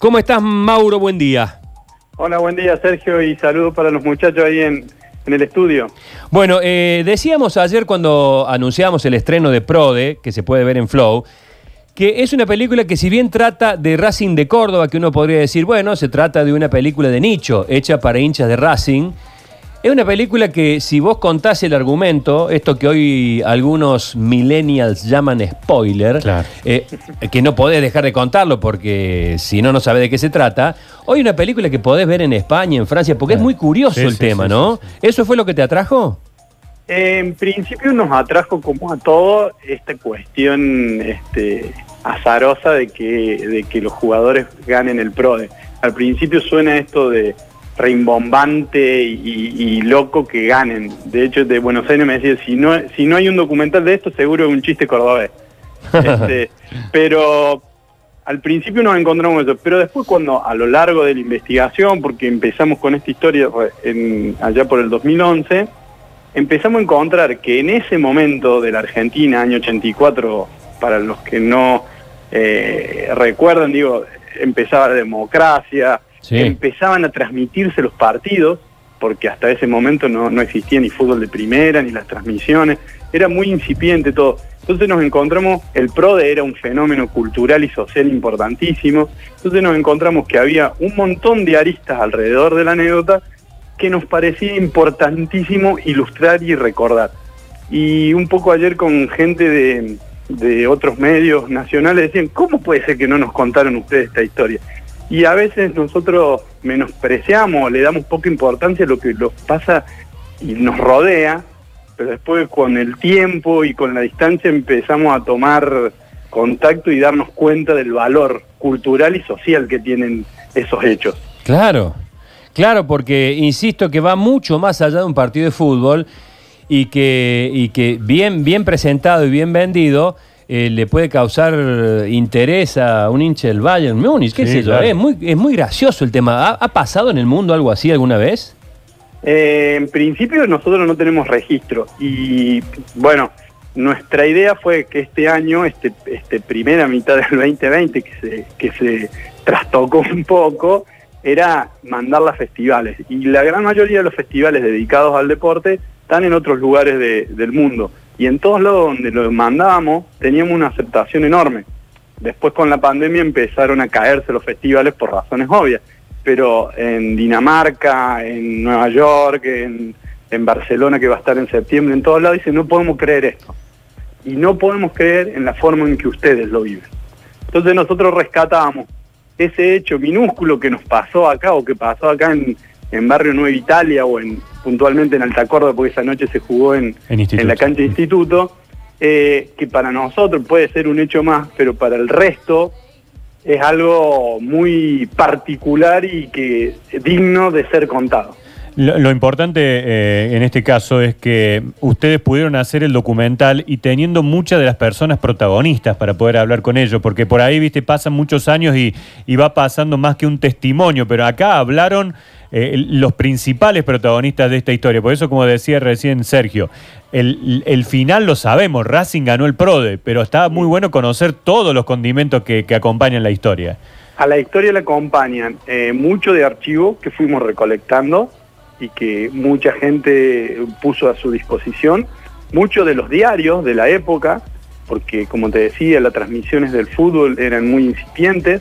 ¿Cómo estás, Mauro? Buen día. Hola, buen día, Sergio, y saludos para los muchachos ahí en el estudio. Bueno, decíamos ayer cuando anunciamos el estreno de Prode, que se puede ver en Flow, que es una película que si bien trata de Racing de Córdoba, que uno podría decir, bueno, se trata de una película de nicho, hecha para hinchas de Racing, es una película que si vos contás el argumento, esto que hoy algunos millennials llaman spoiler, claro, que no podés dejar de contarlo porque si no, no sabés de qué se trata, hoy una película que podés ver en España, en Francia, porque es muy curioso el tema, ¿no? Sí. ¿Eso fue lo que te atrajo? En principio nos atrajo como a todo esta cuestión azarosa de que los jugadores ganen el PRODE. Al principio suena esto de rimbombante y loco que ganen. De hecho, de Buenos Aires me decía, si no hay un documental de esto, seguro es un chiste cordobés. Pero al principio nos encontramos eso, pero después cuando a lo largo de la investigación, porque empezamos con esta historia allá por el 2011, empezamos a encontrar que en ese momento de la Argentina, año 84, para los que no recuerdan, digo, empezaba la democracia, sí, empezaban a transmitirse los partidos, porque hasta ese momento no existía ni fútbol de primera, ni las transmisiones, era muy incipiente todo. Entonces nos encontramos, el PRODE era un fenómeno cultural y social importantísimo, entonces nos encontramos que había un montón de aristas alrededor de la anécdota que nos parecía importantísimo ilustrar y recordar. Y un poco ayer con gente de otros medios nacionales decían, ¿cómo puede ser que no nos contaron ustedes esta historia? Y a veces nosotros menospreciamos, le damos poca importancia a lo que nos pasa y nos rodea, pero después con el tiempo y con la distancia empezamos a tomar contacto y darnos cuenta del valor cultural y social que tienen esos hechos. Claro, porque insisto que va mucho más allá de un partido de fútbol y que bien presentado y bien vendido le puede causar interés a un hincha del Bayern Múnich, qué sé yo, claro. Es muy gracioso el tema. ¿Ha pasado en el mundo algo así alguna vez? En principio nosotros no tenemos registro y bueno, nuestra idea fue que este año, primera mitad del 2020 que se trastocó un poco, era mandarla a festivales, y la gran mayoría de los festivales dedicados al deporte están en otros lugares del mundo, y en todos lados donde lo mandábamos teníamos una aceptación enorme. Después con la pandemia empezaron a caerse los festivales por razones obvias, pero en Dinamarca, en Nueva York, en Barcelona, que va a estar en septiembre, en todos lados dicen, no podemos creer esto, y no podemos creer en la forma en que ustedes lo viven. Entonces nosotros rescatábamos ese hecho minúsculo que nos pasó acá, o que pasó acá en Barrio Nueva Italia, o puntualmente en Alta Córdoba, porque esa noche se jugó en la cancha de Instituto, que para nosotros puede ser un hecho más, pero para el resto es algo muy particular y que es digno de ser contado. Lo importante en este caso es que ustedes pudieron hacer el documental y teniendo muchas de las personas protagonistas para poder hablar con ellos, porque por ahí, viste, pasan muchos años y va pasando más que un testimonio, pero acá hablaron los principales protagonistas de esta historia. Por eso, como decía recién Sergio, el final lo sabemos, Racing ganó el PRODE, pero está muy bueno conocer todos los condimentos que acompañan la historia. A la historia le acompañan mucho de archivo que fuimos recolectando y que mucha gente puso a su disposición, mucho de los diarios de la época, porque como te decía, las transmisiones del fútbol eran muy incipientes,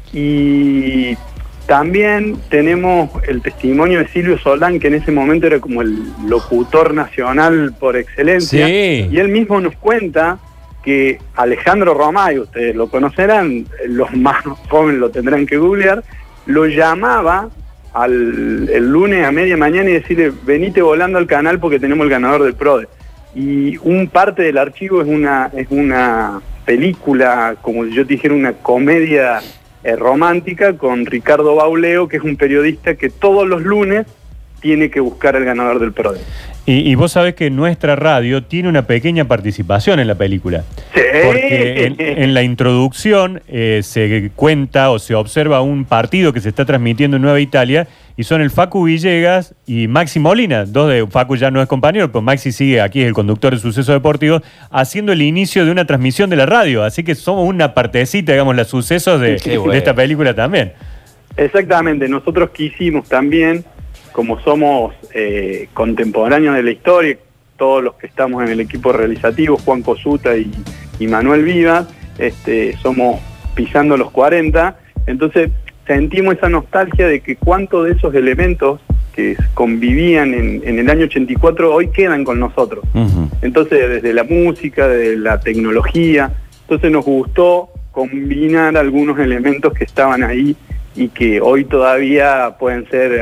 y también tenemos el testimonio de Silvio Soldán, que en ese momento era como el locutor nacional por excelencia, sí. Y él mismo nos cuenta que Alejandro Romay, ustedes lo conocerán, los más jóvenes lo tendrán que googlear, lo llamaba el lunes a media mañana y decirle, venite volando al canal porque tenemos el ganador del PRODE. Y un parte del archivo es una película, como si yo te dijera, una comedia romántica con Ricardo Bauleo, que es un periodista que todos los lunes tiene que buscar al ganador del PRODE. Y vos sabés que nuestra radio tiene una pequeña participación en la película. Sí. Porque en la introducción se cuenta o se observa un partido que se está transmitiendo en Nueva Italia y son el Facu Villegas y Maxi Molina. Dos de Facu ya no es compañero, pero Maxi sigue aquí, es el conductor de Sucesos Deportivos, haciendo el inicio de una transmisión de la radio. Así que somos una partecita, digamos, los sucesos de esta película también. Exactamente, nosotros quisimos también, como somos contemporáneos de la historia, todos los que estamos en el equipo realizativo, Juan Cosuta y Manuel Vivas, somos pisando los 40, entonces sentimos esa nostalgia de que cuántos de esos elementos que convivían en el año 84 hoy quedan con nosotros. Entonces, desde la música, de la tecnología, entonces nos gustó combinar algunos elementos que estaban ahí y que hoy todavía pueden ser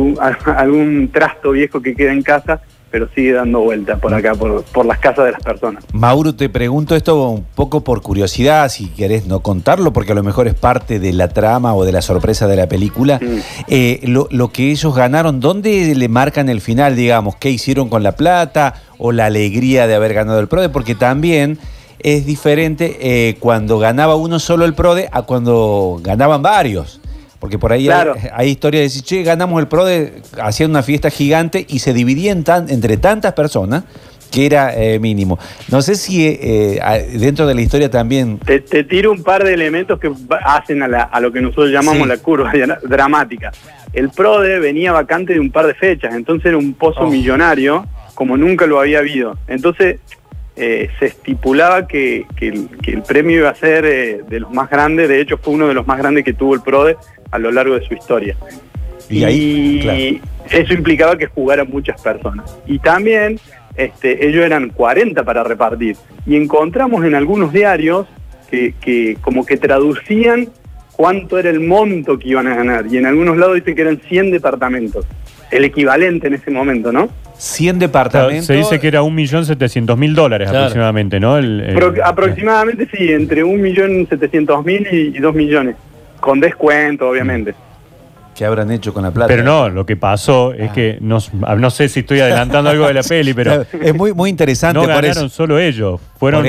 algún trasto viejo que queda en casa, pero sigue dando vueltas por acá, por las casas de las personas. Mauro, te pregunto esto un poco por curiosidad, si querés no contarlo, porque a lo mejor es parte de la trama o de la sorpresa de la película. Lo que ellos ganaron, ¿dónde le marcan el final, digamos? ¿Qué hicieron con la plata o la alegría de haber ganado el PRODE? Porque también es diferente cuando ganaba uno solo el PRODE a cuando ganaban varios. Porque por ahí claro, hay historias de decir, che, ganamos el PRODE, hacían una fiesta gigante y se dividían entre tantas personas que era mínimo. No sé si dentro de la historia también... Te tiro un par de elementos que hacen a lo que nosotros llamamos la curva dramática. El PRODE venía vacante de un par de fechas, entonces era un pozo millonario como nunca lo había habido. Entonces se estipulaba que el premio iba a ser de los más grandes, de hecho fue uno de los más grandes que tuvo el PRODE a lo largo de su historia. Y ahí, claro, eso implicaba que jugaran muchas personas. Y también ellos eran 40 para repartir. Y encontramos en algunos diarios que como que traducían cuánto era el monto que iban a ganar. Y en algunos lados dice que eran 100 departamentos. El equivalente en ese momento, ¿no? 100 departamentos. Se dice que era $1.700.000 claro, aproximadamente, ¿no? Aproximadamente sí, entre 1.700.000 y 2 millones. Con descuento, obviamente. ¿Qué habrán hecho con la plata? Pero no, lo que pasó es que, no sé si estoy adelantando algo de la peli, pero... Es muy interesante. No ganaron solo ellos, fueron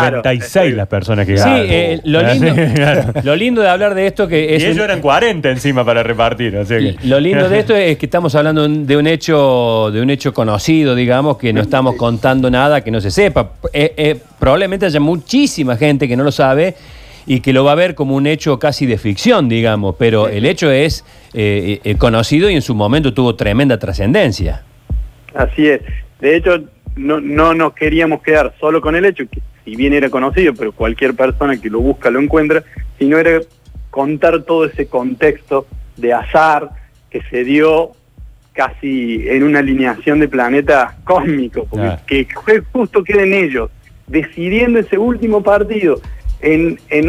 96 las personas que ganaron. Sí, lo lindo de hablar de esto que es... Y ellos eran 40 encima para repartir. O sea que... Lo lindo de esto es que estamos hablando de un hecho conocido, digamos, que no estamos contando nada que no se sepa. Probablemente haya muchísima gente que no lo sabe y que lo va a ver como un hecho casi de ficción, digamos, pero el hecho es conocido y en su momento tuvo tremenda trascendencia. Así es. De hecho, no nos queríamos quedar solo con el hecho, que si bien era conocido, pero cualquier persona que lo busca lo encuentra, sino era contar todo ese contexto de azar que se dio casi en una alineación de planetas cósmicos, porque que justo queden ellos decidiendo ese último partido en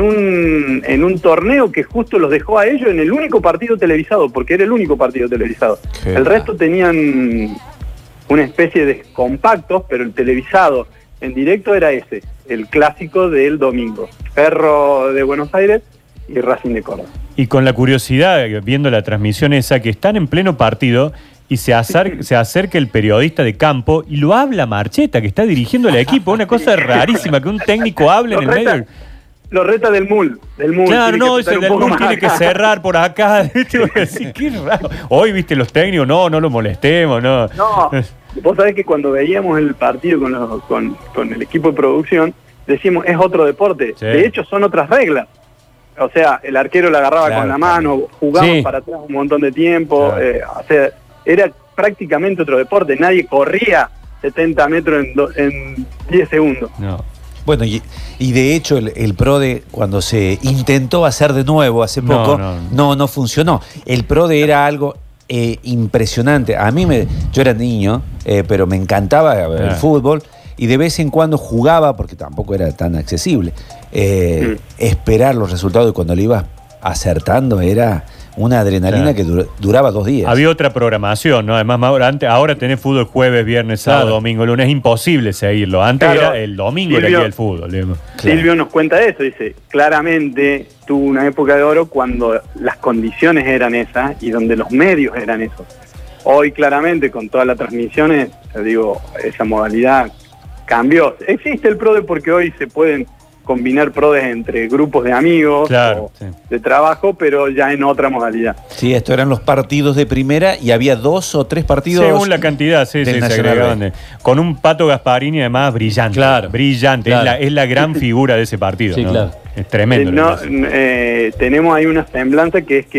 un torneo que justo los dejó a ellos en el único partido televisado, porque era el único partido televisado. El resto tenían una especie de compactos, pero el televisado en directo era ese, el clásico del domingo. Ferro de Buenos Aires y Racing de Córdoba. Y con la curiosidad, viendo la transmisión esa, que están en pleno partido y se acerca el periodista de campo y lo habla Marcheta, que está dirigiendo el equipo. Una cosa rarísima, que un técnico hable en el medio. Lo reta del MUL. Claro, no, ese del MUL tiene que cerrar por acá. Qué raro. Hoy, viste, los técnicos, no lo molestemos, no. No, vos sabés que cuando veíamos el partido con el equipo de producción, decíamos, es otro deporte. Sí. De hecho, son otras reglas. O sea, el arquero la agarraba con la mano, jugamos para atrás un montón de tiempo. O sea, era prácticamente otro deporte. Nadie corría 70 metros en 10 segundos. No. Bueno, y de hecho el PRODE, cuando se intentó hacer de nuevo hace poco, no funcionó. El PRODE era algo impresionante. Yo era niño, pero me encantaba el fútbol, y de vez en cuando jugaba, porque tampoco era tan accesible. Esperar los resultados, y cuando lo ibas acertando era una adrenalina que duraba 2 días. Había otra programación, ¿no? Además, ahora tenés fútbol jueves, viernes, sábado, domingo, lunes. Es imposible seguirlo. Antes era el domingo, era el día del fútbol. Silvio nos cuenta eso, dice, claramente tuvo una época de oro cuando las condiciones eran esas y donde los medios eran esos. Hoy claramente con todas las transmisiones, digo, esa modalidad cambió. Existe el PRODE porque hoy se pueden combinar PRODES entre grupos de amigos de trabajo, pero ya en otra modalidad. Sí, esto eran los partidos de primera y había 2 o 3 partidos. Según la cantidad, se agregaban. Con un Pato Gasparini además brillante. Claro. Brillante. Claro. Es la gran figura de ese partido. Sí, ¿no? Claro. Es tremendo. Tenemos ahí una semblanza que es que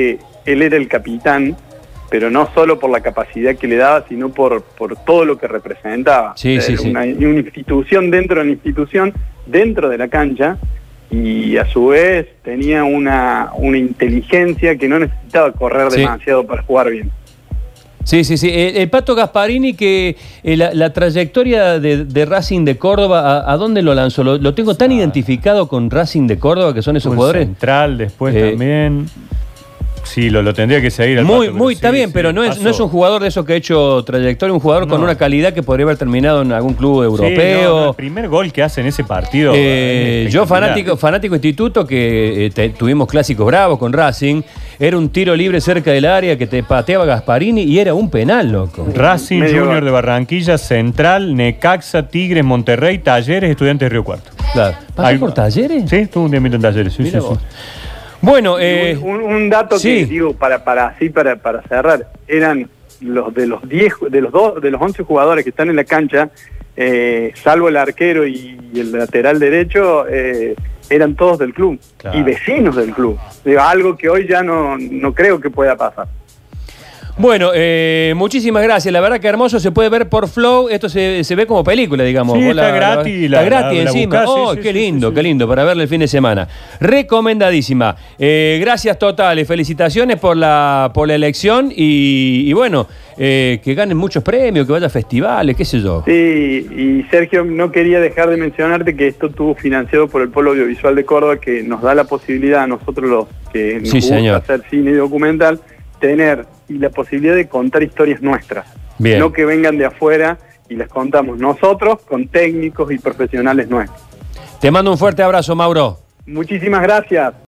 él era el capitán, pero no solo por la capacidad que le daba, sino por todo lo que representaba. Sí, sí, sí. Una institución dentro de la institución, dentro de la cancha, y a su vez tenía una inteligencia que no necesitaba correr demasiado para jugar bien. Sí, sí, sí. El Pato Gasparini, que la trayectoria de Racing de Córdoba, ¿a dónde lo lanzó? Lo tengo tan identificado con Racing de Córdoba, que son esos jugadores. Central, después también. Sí, lo tendría que seguir al Muy, Pato, muy, sí, está bien, sí, pero no es un jugador de esos que ha hecho trayectoria, un jugador con una calidad que podría haber terminado en algún club europeo. El primer gol que hace en ese partido. Yo, fanático instituto, que tuvimos clásicos bravos con Racing, era un tiro libre cerca del área que te pateaba Gasparini y era un penal, loco. Racing Junior de Barranquilla, Central, Necaxa, Tigres, Monterrey, Talleres, Estudiantes de Río Cuarto. Claro. ¿Pasó por Talleres? Sí, tuvo un tiempo en Talleres. Sí, sí. Bueno, un dato que digo para cerrar, eran los de los 11 jugadores que están en la cancha, salvo el arquero y el lateral derecho, eran todos del club, claro, y vecinos del club. Digo, algo que hoy ya no creo que pueda pasar. Bueno, muchísimas gracias. La verdad que hermoso, se puede ver por Flow. Esto se ve como película, digamos. Sí, está gratis. Está gratis encima. Oh, qué lindo, qué lindo, para verle el fin de semana. Recomendadísima. Gracias totales, felicitaciones por la elección y bueno, que ganen muchos premios, que vaya a festivales, qué sé yo. Sí, y Sergio, no quería dejar de mencionarte que esto estuvo financiado por el Polo Audiovisual de Córdoba, que nos da la posibilidad a nosotros los que nos gusta hacer cine y documental, tener y la posibilidad de contar historias nuestras. Bien. No que vengan de afuera y las contamos nosotros con técnicos y profesionales nuestros. Te mando un fuerte abrazo, Mauro. Muchísimas gracias.